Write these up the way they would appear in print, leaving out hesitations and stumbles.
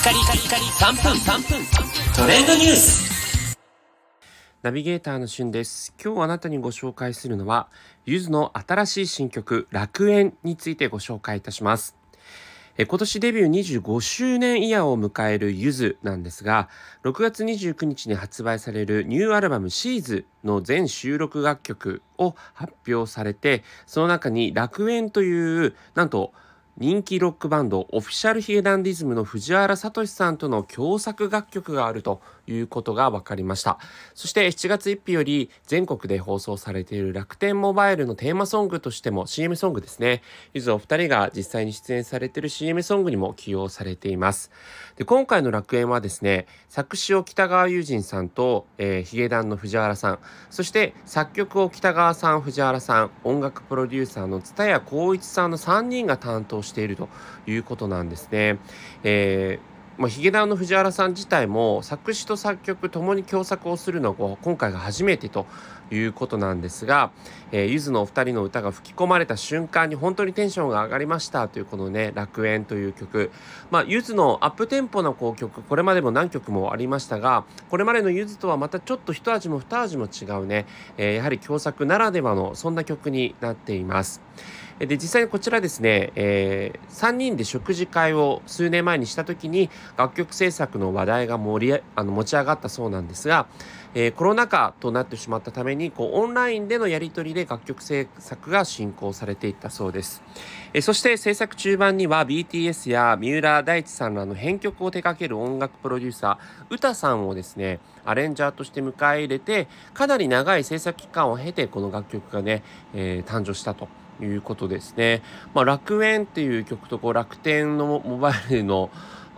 カリカリカリ3分トレンドニュース。 ナビゲーターのしゅんです。今日あなたにご紹介するのはゆずの新しい新曲楽園についてご紹介いたします。今年デビュー25周年イヤーを迎えるゆずなんですが、6月29日に発売されるニューアルバムシーズの全収録楽曲を発表されて、その中に楽園というなんと人気ロックバンドオフィシャルヒゲダンディズムの藤原聡さんとの共作楽曲があるということが分かりました。そして7月1日より全国で放送されている楽天モバイルのテーマソングとしても CM ソングですね。ゆずお二人が実際に出演されている CM ソングにも起用されています。で、今回の楽園はですね、作詞を北川悠仁さんと、ヒゲダンの藤原さん、そして作曲を北川さん、藤原さん、音楽プロデューサーの蔦谷好一さんの3人が担当しているということなんですね。ヒゲダンの藤原さん自体も作詞と作曲ともに共作をするのが今回が初めてということなんですが、ゆずのお二人の歌が吹き込まれた瞬間に本当にテンションが上がりましたというこのね、楽園という曲、ゆずのアップテンポな曲、これまでも何曲もありましたが、これまでのゆずとはまたちょっと一味も二味も違うね、やはり共作ならではのそんな曲になっています。で、実際にこちらですね、3人で食事会を数年前にした時に楽曲制作の話題が持ち上がったそうなんですが、コロナ禍となってしまったためにオンラインでのやり取りで楽曲制作が進行されていったそうです。そして制作中盤には BTS や三浦大知さんらの編曲を手掛ける音楽プロデューサー歌さんをですね、アレンジャーとして迎え入れて、かなり長い制作期間を経てこの楽曲がね、誕生したということですね。楽園っていう曲と楽天のモバイルの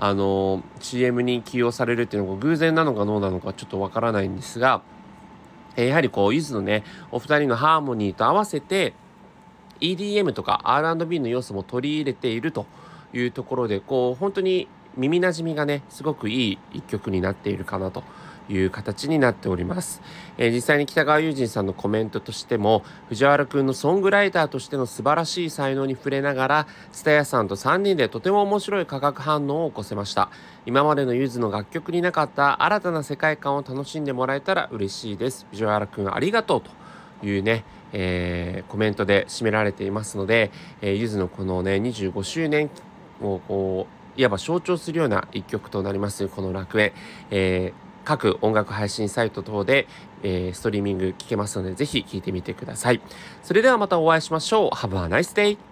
CM に起用されるっていうのが偶然なのかどうなのかちょっとわからないんですが、やはりゆずのねお二人のハーモニーと合わせて EDM とか R&B の要素も取り入れているというところで、本当に耳なじみがねすごくいい一曲になっているかなという形になっております。実際に北川悠仁さんのコメントとしても、藤原くんのソングライターとしての素晴らしい才能に触れながら、蔦谷さんと3人でとても面白い化学反応を起こせました。今までのゆずの楽曲になかった新たな世界観を楽しんでもらえたら嬉しいです。藤原くんありがとうというね、コメントで締められていますので、ゆずのこのね25周年をいわば象徴するような一曲となりますこの楽園、各音楽配信サイト等で、ストリーミング聞けますので、ぜひ聴いてみてください。それではまたお会いしましょう。Have a nice day!